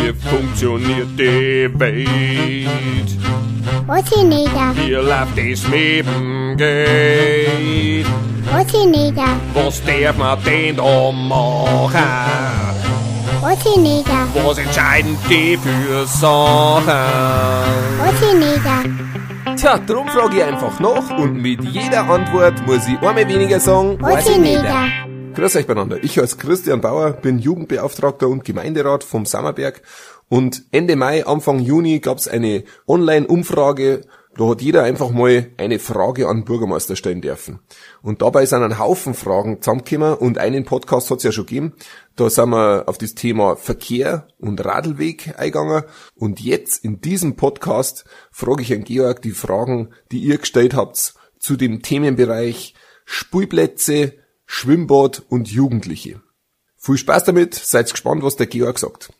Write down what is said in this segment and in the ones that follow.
wie funktioniert die Welt? Was ich nicht da, Wie läuft das Leben geht? was ich nicht da, Was darf man denn da machen? was ich nicht da, Was entscheiden die für Sachen? was ich nicht da, Tja, drum frage ich einfach nach und mit jeder Antwort muss ich einmal weniger sagen, was ich nicht da. Grüß euch beieinander. Ich als Christian Bauer bin Jugendbeauftragter und Gemeinderat vom Sammerberg und Ende Mai, Anfang Juni gab's eine Online-Umfrage. Da hat jeder einfach mal eine Frage an den Bürgermeister stellen dürfen. Und dabei sind ein Haufen Fragen zusammengekommen und einen Podcast hat's ja schon gegeben. Da sind wir auf das Thema Verkehr und Radlweg eingegangen. Und jetzt in diesem Podcast frage ich Herrn Georg die Fragen, die ihr gestellt habt zu dem Themenbereich Spielplätze, Schwimmbad und Jugendliche. Viel Spaß damit, seid gespannt, was der Georg sagt.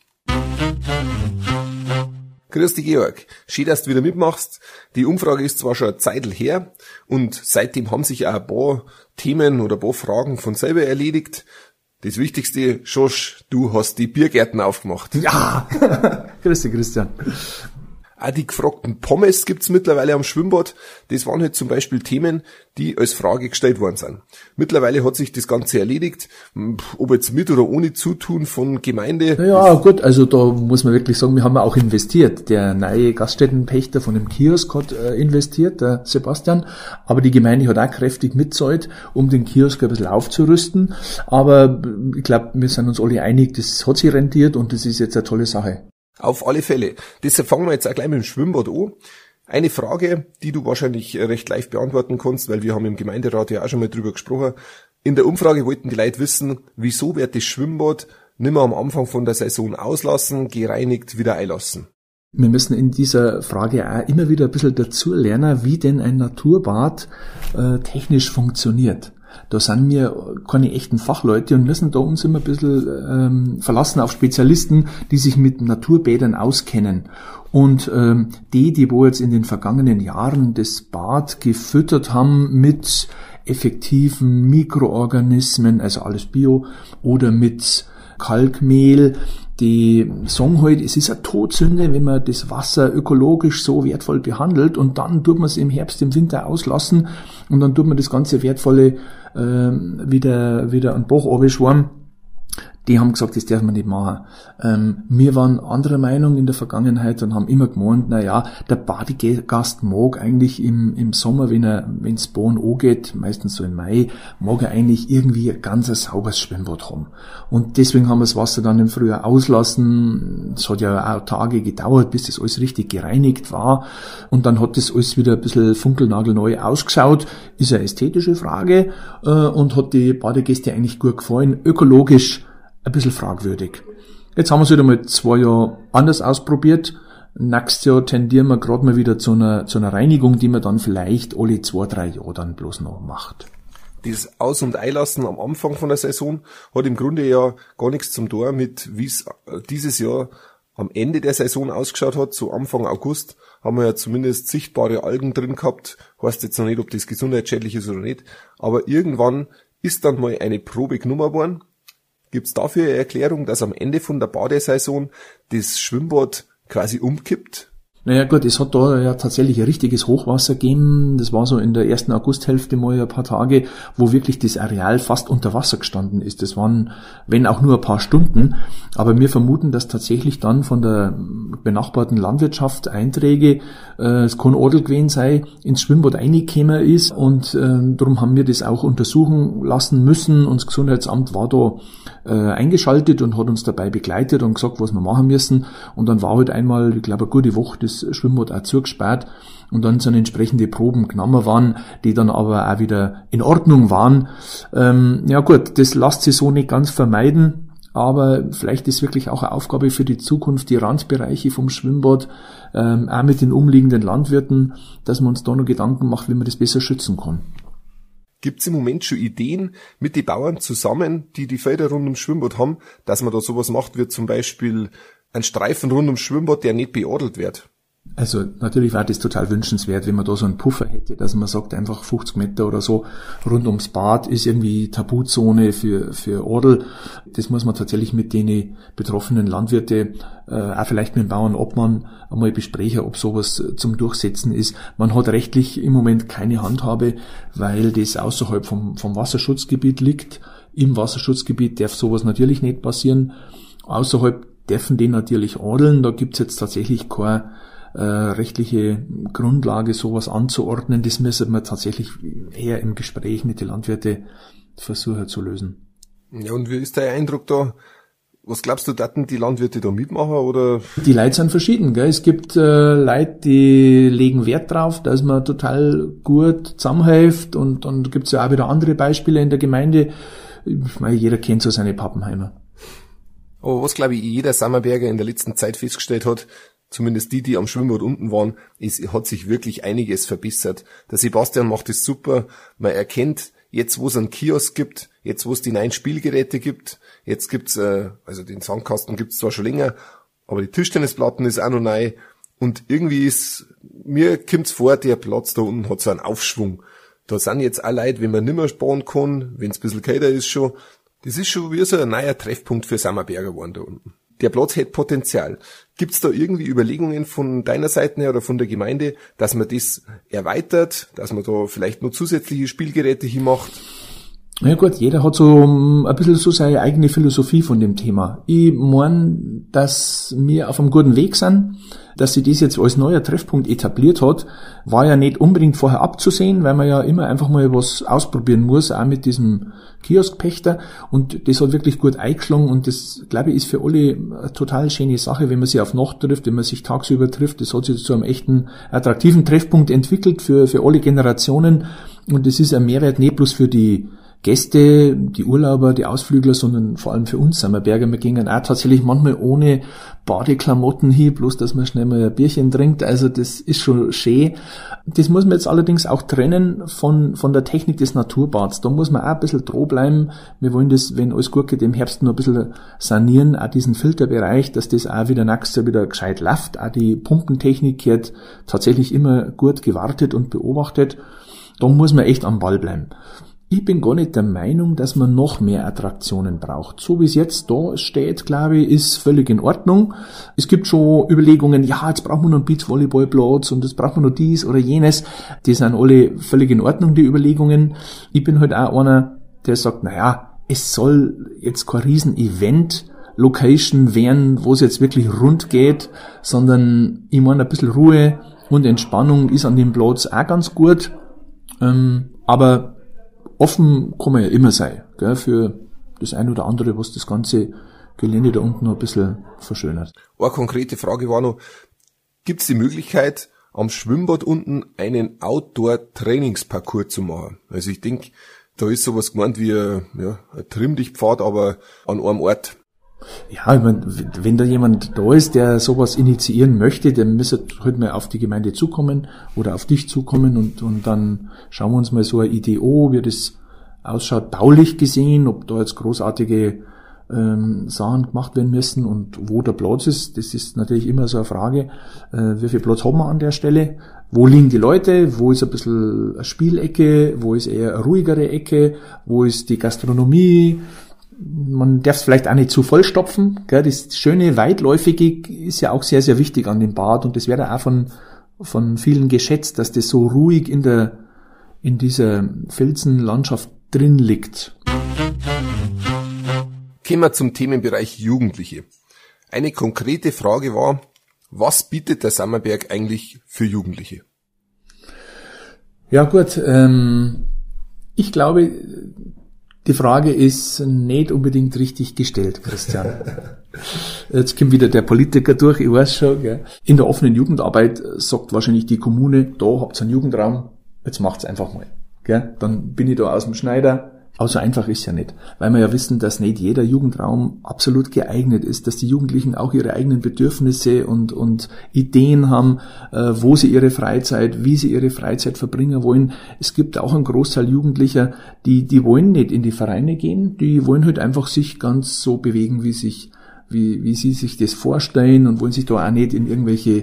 Grüß dich, Georg. Schön, dass du wieder mitmachst. Die Umfrage ist zwar schon eine Zeit her und seitdem haben sich auch ein paar Themen oder ein paar Fragen von selber erledigt. Das Wichtigste, Josh, du hast die Biergärten aufgemacht. Ja, grüß dich, Christian. Auch die gefragten Pommes gibt's mittlerweile am Schwimmbad. Das waren halt zum Beispiel Themen, die als Frage gestellt worden sind. Mittlerweile hat sich das Ganze erledigt. Ob jetzt mit oder ohne Zutun von Gemeinde. Ja, gut, also da muss man wirklich sagen, wir haben ja auch investiert. Der neue Gaststättenpächter von dem Kiosk hat investiert, der Sebastian. Aber die Gemeinde hat auch kräftig mitzahlt, um den Kiosk ein bisschen aufzurüsten. Aber ich glaube, wir sind uns alle einig, das hat sich rentiert und das ist jetzt eine tolle Sache. Auf alle Fälle. Deshalb fangen wir jetzt auch gleich mit dem Schwimmbad an. Eine Frage, die du wahrscheinlich recht leicht beantworten kannst, weil wir haben im Gemeinderat ja auch schon mal drüber gesprochen. In der Umfrage wollten die Leute wissen, wieso wird das Schwimmbad nicht mehr am Anfang von der Saison auslassen, gereinigt, wieder einlassen. Wir müssen in dieser Frage auch immer wieder ein bisschen dazu lernen, wie denn ein Naturbad technisch funktioniert. Da sind wir keine echten Fachleute und müssen da uns immer ein bisschen verlassen auf Spezialisten, die sich mit Naturbädern auskennen. Und die wo jetzt in den vergangenen Jahren das Bad gefüttert haben mit effektiven Mikroorganismen, also alles Bio, oder mit Kalkmehl, die sagen halt, es ist eine Todsünde, wenn man das Wasser ökologisch so wertvoll behandelt und dann tut man es im Herbst, im Winter auslassen und dann tut man das ganze Wertvolle wieder an den Bach runterschwemmen. Die haben gesagt, das darf man nicht machen. Wir waren anderer Meinung in der Vergangenheit und haben immer gemeint, der Badegast mag eigentlich im Sommer, wenn's Bahn angeht, meistens so im Mai, mag er eigentlich irgendwie ein ganz sauberes Schwimmbad haben. Und deswegen haben wir das Wasser dann im Frühjahr auslassen. Es hat ja auch Tage gedauert, bis das alles richtig gereinigt war. Und dann hat das alles wieder ein bisschen funkelnagelneu ausgeschaut. Ist eine ästhetische Frage und hat die Badegäste eigentlich gut gefallen. Ökologisch ein bisschen fragwürdig. Jetzt haben wir es wieder mal 2 Jahre anders ausprobiert. Nächstes Jahr tendieren wir gerade mal wieder zu einer Reinigung, die man dann vielleicht alle 2-3 Jahre dann bloß noch macht. Das Aus- und Einlassen am Anfang von der Saison hat im Grunde ja gar nichts zum Tor mit, wie es dieses Jahr am Ende der Saison ausgeschaut hat. So Anfang August haben wir ja zumindest sichtbare Algen drin gehabt. Heißt jetzt noch nicht, ob das gesundheitsschädlich ist oder nicht. Aber irgendwann ist dann mal eine Probe genommen worden. Gibt's dafür eine Erklärung, dass am Ende von der Badesaison das Schwimmbad quasi umkippt? Naja gut, es hat da ja tatsächlich ein richtiges Hochwasser gegeben. Das war so in der ersten Augusthälfte mal ein paar Tage, wo wirklich das Areal fast unter Wasser gestanden ist. Das waren, wenn auch nur ein paar Stunden. Aber wir vermuten, dass tatsächlich dann von der benachbarten Landwirtschaft Einträge, es kann Adel gewesen sein, ins Schwimmbad reingekommen ist. Und darum haben wir das auch untersuchen lassen müssen. Und das Gesundheitsamt war da eingeschaltet und hat uns dabei begleitet und gesagt, was wir machen müssen. Und dann war halt einmal, ich glaube, eine gute Woche das Schwimmbad auch zugesperrt und dann sind entsprechende Proben genommen worden, die dann aber auch wieder in Ordnung waren. Ja gut, das lässt sich so nicht ganz vermeiden, aber vielleicht ist wirklich auch eine Aufgabe für die Zukunft, die Randbereiche vom Schwimmbad, auch mit den umliegenden Landwirten, dass man uns da noch Gedanken macht, wie man das besser schützen kann. Gibt's im Moment schon Ideen mit den Bauern zusammen, die Felder rund ums Schwimmbad haben, dass man da sowas macht, wie zum Beispiel ein Streifen rund ums Schwimmbad, der nicht beadelt wird? Also natürlich war das total wünschenswert, wenn man da so einen Puffer hätte, dass man sagt, einfach 50 Meter oder so rund ums Bad ist irgendwie Tabuzone für Adel. Das muss man tatsächlich mit den betroffenen Landwirte, auch vielleicht mit dem Bauernobmann einmal besprechen, ob sowas zum Durchsetzen ist. Man hat rechtlich im Moment keine Handhabe, weil das außerhalb vom Wasserschutzgebiet liegt. Im Wasserschutzgebiet darf sowas natürlich nicht passieren. Außerhalb dürfen die natürlich adeln. Da gibt's jetzt tatsächlich keine rechtliche Grundlage, sowas anzuordnen. Das müssen wir tatsächlich eher im Gespräch mit den Landwirten versuchen zu lösen. Ja, und wie ist dein Eindruck da? Was glaubst du, daten die Landwirte da mitmachen, oder? Die Leute sind verschieden, gell? Es gibt Leute, die legen Wert drauf, dass man total gut zusammenhilft, und dann gibt's ja auch wieder andere Beispiele in der Gemeinde. Ich meine, jeder kennt so seine Pappenheimer. Aber was, glaube ich, jeder Sammerberger in der letzten Zeit festgestellt hat, zumindest die am Schwimmbad unten waren, hat sich wirklich einiges verbessert. Der Sebastian macht es super. Man erkennt, jetzt wo es einen Kiosk gibt, jetzt wo es die neuen Spielgeräte gibt, jetzt gibt's, also den Sandkasten gibt's zwar schon länger, aber die Tischtennisplatten ist auch noch neu. Und irgendwie mir kommt's vor, der Platz da unten hat so einen Aufschwung. Da sind jetzt auch Leute, wenn man nimmer sparen kann, wenn's ein bisschen kälter ist schon. Das ist schon wie so ein neuer Treffpunkt für Sammerberger geworden da unten. Der Platz hätte Potenzial. Gibt's da irgendwie Überlegungen von deiner Seite her oder von der Gemeinde, dass man das erweitert, dass man da vielleicht noch zusätzliche Spielgeräte hinmacht? Ja gut, jeder hat so ein bisschen so seine eigene Philosophie von dem Thema. Ich meine, dass wir auf einem guten Weg sind. Dass sich das jetzt als neuer Treffpunkt etabliert hat, war ja nicht unbedingt vorher abzusehen, weil man ja immer einfach mal was ausprobieren muss, auch mit diesem Kioskpächter. Und das hat wirklich gut eingeschlagen, und das, glaube ich, ist für alle eine total schöne Sache, wenn man sich auf Nacht trifft, wenn man sich tagsüber trifft. Das hat sich zu einem echten attraktiven Treffpunkt entwickelt für alle Generationen. Und das ist ein Mehrwert nicht bloß für die Gäste, die Urlauber, die Ausflügler, sondern vor allem für uns Sammerberger. Wir gingen auch tatsächlich manchmal ohne Badeklamotten hin, bloß dass man schnell mal ein Bierchen trinkt. Also das ist schon schön. Das muss man jetzt allerdings auch trennen von der Technik des Naturbads. Da muss man auch ein bisschen dran bleiben. Wir wollen das, wenn alles gut geht, im Herbst noch ein bisschen sanieren, auch diesen Filterbereich, dass das auch wieder nächstes Jahr wieder gescheit läuft. Auch die Pumpentechnik wird tatsächlich immer gut gewartet und beobachtet. Da muss man echt am Ball bleiben. Ich bin gar nicht der Meinung, dass man noch mehr Attraktionen braucht. So wie es jetzt da steht, glaube ich, ist völlig in Ordnung. Es gibt schon Überlegungen, ja, jetzt brauchen wir noch einen Beachvolleyballplatz und jetzt brauchen wir noch dies oder jenes. Die sind alle völlig in Ordnung, die Überlegungen. Ich bin halt auch einer, der sagt, naja, es soll jetzt kein Riesen-Event-Location werden, wo es jetzt wirklich rund geht, sondern ich meine, ein bisschen Ruhe und Entspannung ist an dem Platz auch ganz gut. Aber offen kann man ja immer sein, gell, für das ein oder andere, was das ganze Gelände da unten noch ein bisschen verschönert. Eine konkrete Frage war noch, gibt es die Möglichkeit, am Schwimmbad unten einen Outdoor-Trainingsparcours zu machen? Also ich denke, da ist sowas gemeint wie ein Trimm-dich-Pfad, aber an einem Ort. Ja, ich meine, wenn da jemand da ist, der sowas initiieren möchte, dann müsste halt mal auf die Gemeinde zukommen oder auf dich zukommen, und dann schauen wir uns mal so eine Idee an, wie das ausschaut, baulich gesehen, ob da jetzt großartige Sachen gemacht werden müssen und wo der Platz ist. Das ist natürlich immer so eine Frage, wie viel Platz haben wir an der Stelle, wo liegen die Leute, wo ist ein bisschen eine Spielecke, wo ist eher eine ruhigere Ecke, wo ist die Gastronomie. Man darf es vielleicht auch nicht zu voll stopfen, gell? Das schöne Weitläufige ist ja auch sehr, sehr wichtig an dem Bad, und das wird auch von vielen geschätzt, dass das so ruhig in dieser Felsenlandschaft drin liegt. Kommen wir zum Themenbereich Jugendliche. Eine konkrete Frage war, was bietet der Sammerberg eigentlich für Jugendliche? Ja gut, ich glaube, die Frage ist nicht unbedingt richtig gestellt, Christian. Jetzt kommt wieder der Politiker durch, ich weiß schon. Gell. In der offenen Jugendarbeit sagt wahrscheinlich die Kommune, da habt ihr einen Jugendraum, jetzt macht's einfach mal. Gell. Dann bin ich da aus dem Schneider. Aber so einfach ist ja nicht, weil wir ja wissen, dass nicht jeder Jugendraum absolut geeignet ist, dass die Jugendlichen auch ihre eigenen Bedürfnisse und Ideen haben, wo sie ihre Freizeit, wie sie ihre Freizeit verbringen wollen. Es gibt auch einen Großteil Jugendlicher, die wollen nicht in die Vereine gehen, die wollen halt einfach sich ganz so bewegen, wie sich wie sie sich das vorstellen und wollen sich da auch nicht in irgendwelche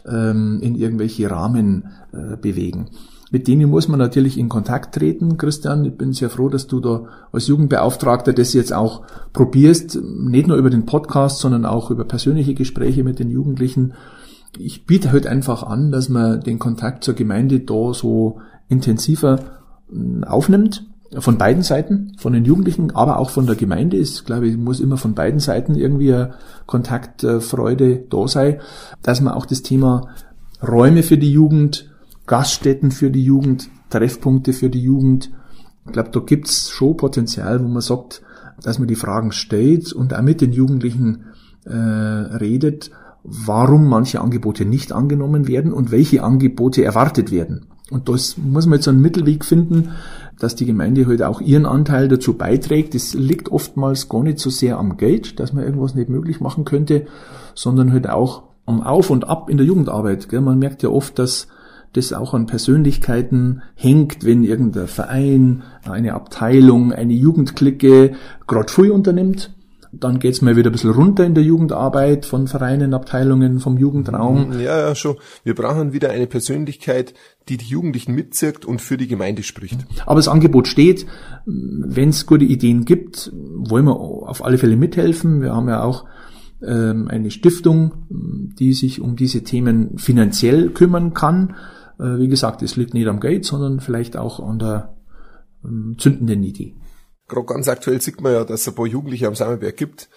Rahmen bewegen. Mit denen muss man natürlich in Kontakt treten, Christian. Ich bin sehr froh, dass du da als Jugendbeauftragter das jetzt auch probierst, nicht nur über den Podcast, sondern auch über persönliche Gespräche mit den Jugendlichen. Ich biete halt einfach an, dass man den Kontakt zur Gemeinde da so intensiver aufnimmt, von beiden Seiten, von den Jugendlichen, aber auch von der Gemeinde. Ich glaube, es muss immer von beiden Seiten irgendwie eine Kontaktfreude da sein, dass man auch das Thema Räume für die Jugend, Gaststätten für die Jugend, Treffpunkte für die Jugend, ich glaube, da gibt's schon Potenzial, wo man sagt, dass man die Fragen stellt und auch mit den Jugendlichen redet, warum manche Angebote nicht angenommen werden und welche Angebote erwartet werden. Und das muss man jetzt einen Mittelweg finden, dass die Gemeinde halt auch ihren Anteil dazu beiträgt. Das liegt oftmals gar nicht so sehr am Geld, dass man irgendwas nicht möglich machen könnte, sondern halt auch am Auf und Ab in der Jugendarbeit. Man merkt ja oft, dass das auch an Persönlichkeiten hängt, wenn irgendein Verein, eine Abteilung, eine Jugendclique gerade viel unternimmt. Dann geht's mal wieder ein bisschen runter in der Jugendarbeit von Vereinen, Abteilungen, vom Jugendraum. Ja, schon. Wir brauchen wieder eine Persönlichkeit, die die Jugendlichen mitzirkt und für die Gemeinde spricht. Aber das Angebot steht. Wenn es gute Ideen gibt, wollen wir auf alle Fälle mithelfen. Wir haben ja auch eine Stiftung, die sich um diese Themen finanziell kümmern kann. Wie gesagt, es liegt nicht am Geld, sondern vielleicht auch an der zündenden Idee. Gerade ganz aktuell sieht man ja, dass es ein paar Jugendliche am Sammelberg gibt.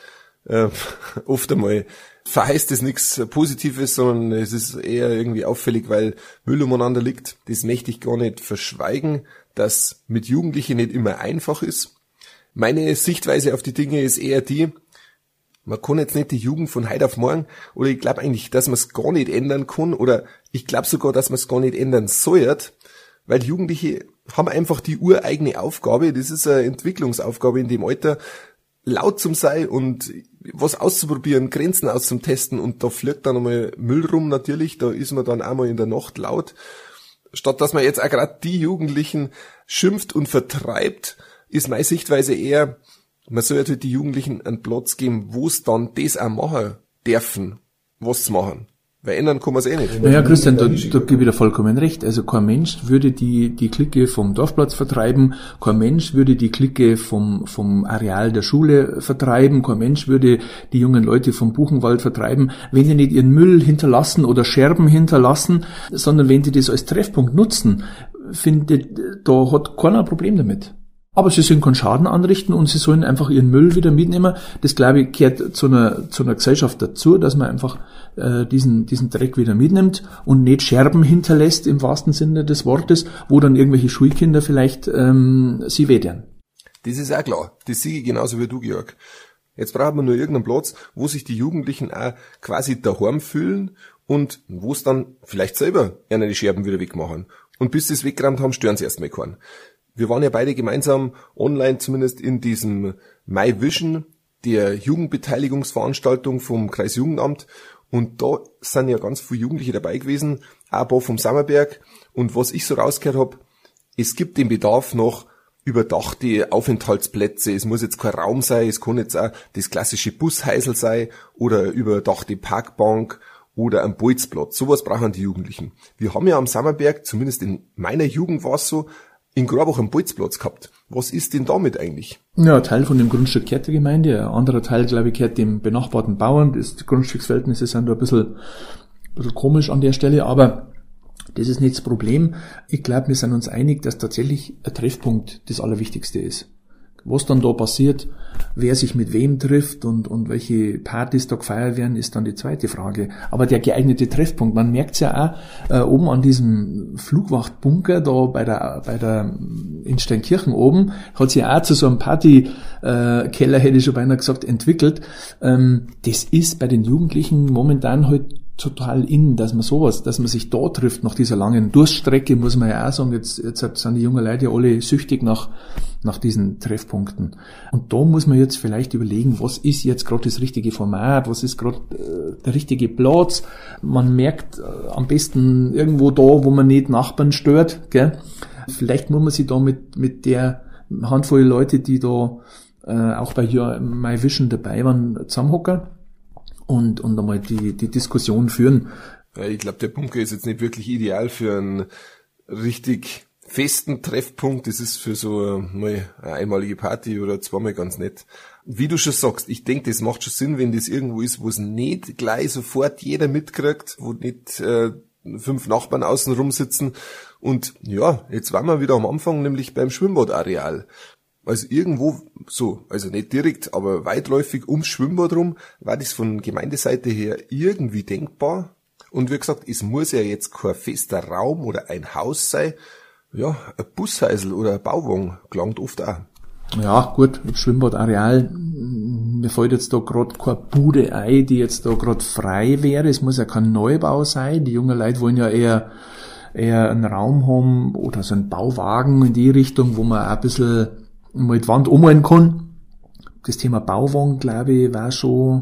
Oft einmal verheißt es nichts Positives, sondern es ist eher irgendwie auffällig, weil Müll umeinander liegt. Das möchte ich gar nicht verschweigen, dass mit Jugendlichen nicht immer einfach ist. Meine Sichtweise auf die Dinge ist eher die, man kann jetzt nicht die Jugend von heute auf morgen, oder ich glaube eigentlich, dass man es gar nicht ändern kann, oder ich glaube sogar, dass man es gar nicht ändern sollte, weil Jugendliche haben einfach die ureigene Aufgabe, das ist eine Entwicklungsaufgabe in dem Alter, laut zum sein und was auszuprobieren, Grenzen auszutesten, und da fliegt dann einmal Müll rum natürlich, da ist man dann einmal in der Nacht laut. Statt dass man jetzt auch gerade die Jugendlichen schimpft und vertreibt, ist meine Sichtweise eher, man sollte die Jugendlichen einen Platz geben, wo es dann das auch machen dürfen, was zu machen. Weil ändern kann man es eh nicht. Naja, Christian, da gebe ich dir vollkommen recht. Also kein Mensch würde die Clique vom Dorfplatz vertreiben, kein Mensch würde die Clique vom Areal der Schule vertreiben, kein Mensch würde die jungen Leute vom Buchenwald vertreiben, wenn die nicht ihren Müll hinterlassen oder Scherben hinterlassen, sondern wenn die das als Treffpunkt nutzen, da hat keiner ein Problem damit. Aber sie sollen keinen Schaden anrichten und sie sollen einfach ihren Müll wieder mitnehmen. Das, glaube ich, gehört zu einer Gesellschaft dazu, dass man einfach diesen Dreck wieder mitnimmt und nicht Scherben hinterlässt, im wahrsten Sinne des Wortes, wo dann irgendwelche Schulkinder vielleicht sie wehtun. Das ist auch klar. Das sehe ich genauso wie du, Georg. Jetzt braucht man nur irgendeinen Platz, wo sich die Jugendlichen auch quasi daheim fühlen und wo es dann vielleicht selber die Scherben wieder wegmachen. Und bis sie es weggeräumt haben, stören sie erstmal keinen. Wir waren ja beide gemeinsam online, zumindest in diesem My Vision, der Jugendbeteiligungsveranstaltung vom Kreisjugendamt. Und da sind ja ganz viele Jugendliche dabei gewesen, auch ein paar vom Sammelberg. Und was ich so rausgehört habe, es gibt den Bedarf nach überdachte Aufenthaltsplätze. Es muss jetzt kein Raum sein, es kann jetzt auch das klassische Busheisel sein oder überdachte Parkbank oder ein Bolzplatz. Sowas brauchen die Jugendlichen. Wir haben ja am Sammelberg, zumindest in meiner Jugend war es so, in Grabach einen Bolzplatz gehabt. Was ist denn damit eigentlich? Ja, ein Teil von dem Grundstück gehört der Gemeinde, ein anderer Teil, glaube ich, gehört dem benachbarten Bauern. Die Grundstücksverhältnisse sind da ein bisschen komisch an der Stelle, aber das ist nicht das Problem. Ich glaube, wir sind uns einig, dass tatsächlich ein Treffpunkt das Allerwichtigste ist. Was dann da passiert, wer sich mit wem trifft und welche Partys da gefeiert werden, ist dann die zweite Frage. Aber der geeignete Treffpunkt, man merkt's ja auch oben an diesem Flugwachtbunker da bei der in Steinkirchen oben, hat sich auch zu so einem Partykeller, hätte ich schon beinahe gesagt, entwickelt. Das ist bei den Jugendlichen momentan halt total in, dass man sich da trifft nach dieser langen Durststrecke, muss man ja auch sagen, jetzt sind die jungen Leute ja alle süchtig nach diesen Treffpunkten. Und da muss man jetzt vielleicht überlegen, was ist jetzt gerade das richtige Format, was ist gerade der richtige Platz. Man merkt am besten irgendwo da, wo man nicht Nachbarn stört, gell? Vielleicht muss man sich da mit der Handvoll Leute, die da auch bei My Vision dabei waren, zusammenhocken und einmal die Diskussion führen. Ja, ich glaube, der Bunker ist jetzt nicht wirklich ideal für einen richtig festen Treffpunkt. Das ist für so mal eine einmalige Party oder zweimal ganz nett. Wie du schon sagst, ich denke, das macht schon Sinn, wenn das irgendwo ist, wo es nicht gleich sofort jeder mitkriegt, wo nicht 5 Nachbarn außen rum sitzen. Und ja, jetzt waren wir wieder am Anfang, nämlich beim Schwimmbadareal. Also irgendwo so, also nicht direkt, aber weitläufig ums Schwimmbad rum, war das von Gemeindeseite her irgendwie denkbar. Und wie gesagt, es muss ja jetzt kein fester Raum oder ein Haus sein. Ja, ein Busheisel oder ein Bauwagen gelangt oft auch. Ja, gut, Schwimmbadareal, mir fällt jetzt da gerade keine Bude ein, die jetzt da gerade frei wäre. Es muss ja kein Neubau sein. Die jungen Leute wollen ja eher einen Raum haben oder so einen Bauwagen in die Richtung, wo man auch ein bisschen mal die Wand umholen kann. Das Thema Bauwagen, glaube ich, war schon,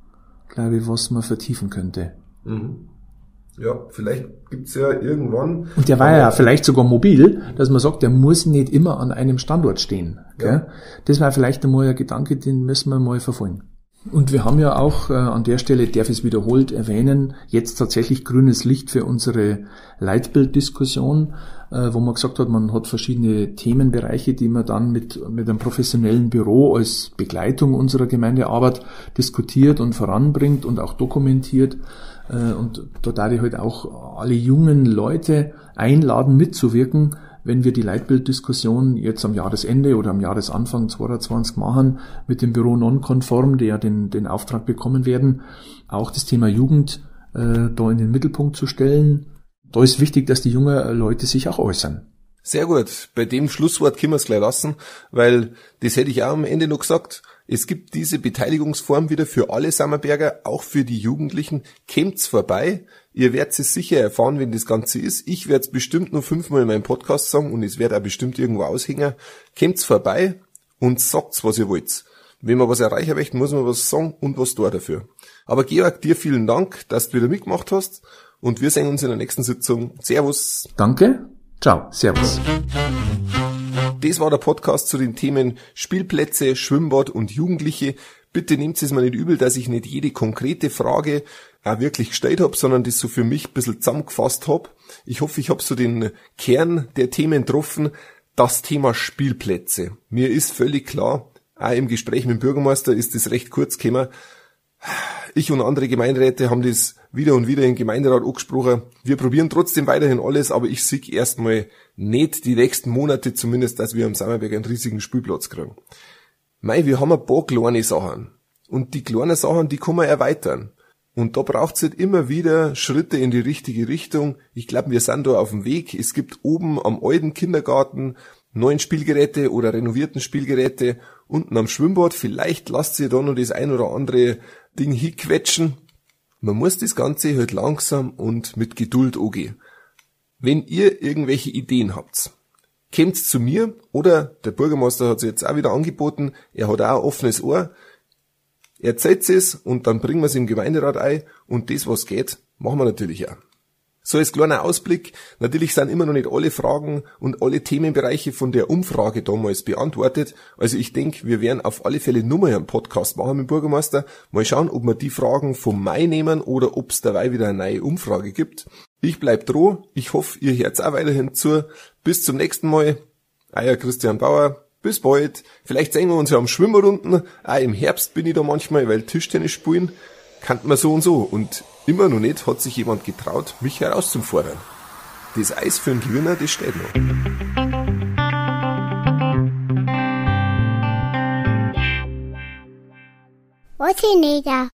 was man vertiefen könnte. Mhm. Ja, vielleicht gibt's ja irgendwann... Und der war ja vielleicht sogar mobil, dass man sagt, der muss nicht immer an einem Standort stehen. Gell? Ja. Das war vielleicht einmal ein Gedanke, den müssen wir mal verfolgen. Und wir haben ja auch an der Stelle, darf ich es wiederholt erwähnen, jetzt tatsächlich grünes Licht für unsere Leitbilddiskussion, wo man gesagt hat, man hat verschiedene Themenbereiche, die man dann mit einem professionellen Büro als Begleitung unserer Gemeindearbeit diskutiert und voranbringt und auch dokumentiert. Und da darf ich halt auch alle jungen Leute einladen, mitzuwirken, wenn wir die Leitbilddiskussion jetzt am Jahresende oder am Jahresanfang 2022 machen, mit dem Büro Nonkonform, die ja den Auftrag bekommen werden, auch das Thema Jugend da in den Mittelpunkt zu stellen. Da ist wichtig, dass die jungen Leute sich auch äußern. Sehr gut. Bei dem Schlusswort können wir es gleich lassen, weil das hätte ich auch am Ende noch gesagt. Es gibt diese Beteiligungsform wieder für alle Sammerberger, auch für die Jugendlichen. Kommt's vorbei. Ihr werdet es sicher erfahren, wenn das Ganze ist. Ich werde es bestimmt nur 5-mal in meinem Podcast sagen und es wird auch bestimmt irgendwo aushängen. Kommt's vorbei und sagt's, was ihr wollt. Wenn man was erreichen möchte, muss man was sagen und was tun dafür. Aber Georg, dir vielen Dank, dass du wieder mitgemacht hast und wir sehen uns in der nächsten Sitzung. Servus. Danke. Ciao. Servus. Das war der Podcast zu den Themen Spielplätze, Schwimmbad und Jugendliche. Bitte nehmt es mir nicht übel, dass ich nicht jede konkrete Frage auch wirklich gestellt habe, sondern das so für mich ein bisschen zusammengefasst habe. Ich hoffe, ich habe so den Kern der Themen getroffen. Das Thema Spielplätze. Mir ist völlig klar, auch im Gespräch mit dem Bürgermeister ist das recht kurz gekommen. Ich und andere Gemeinderäte haben das wieder und wieder im Gemeinderat angesprochen. Wir probieren trotzdem weiterhin alles, aber ich sehe erstmal nicht die nächsten Monate zumindest, dass wir am Sammerberg einen riesigen Spielplatz kriegen. Wir haben ein paar kleine Sachen. Und die kleinen Sachen, die kann man erweitern. Und da braucht es halt immer wieder Schritte in die richtige Richtung. Ich glaube, wir sind da auf dem Weg. Es gibt oben am alten Kindergarten neuen Spielgeräte oder renovierten Spielgeräte. Unten am Schwimmbad, vielleicht lasst ihr da noch das ein oder andere Ding hinquetschen. Man muss das Ganze halt langsam und mit Geduld angehen. Wenn ihr irgendwelche Ideen habt, kommt's zu mir oder der Bürgermeister hat es jetzt auch wieder angeboten, er hat auch ein offenes Ohr. Erzählt es und dann bringen wir es im Gemeinderat ein und das, was geht, machen wir natürlich auch. So als kleiner Ausblick, natürlich sind immer noch nicht alle Fragen und alle Themenbereiche von der Umfrage damals beantwortet. Also ich denke, wir werden auf alle Fälle nur mal einen Podcast machen mit dem Bürgermeister. Mal schauen, ob wir die Fragen vom Mai nehmen oder ob es dabei wieder eine neue Umfrage gibt. Ich bleib dran. Ich hoffe, ihr hört auch weiterhin zu. Bis zum nächsten Mal. Euer Christian Bauer. Bis bald. Vielleicht sehen wir uns ja am Schwimmbad unten. Auch im Herbst bin ich da manchmal, weil Tischtennis spielen kann man so und so. Und immer noch nicht hat sich jemand getraut, mich herauszufordern. Das Eis für den Gewinner, das steht noch. Otti Neger.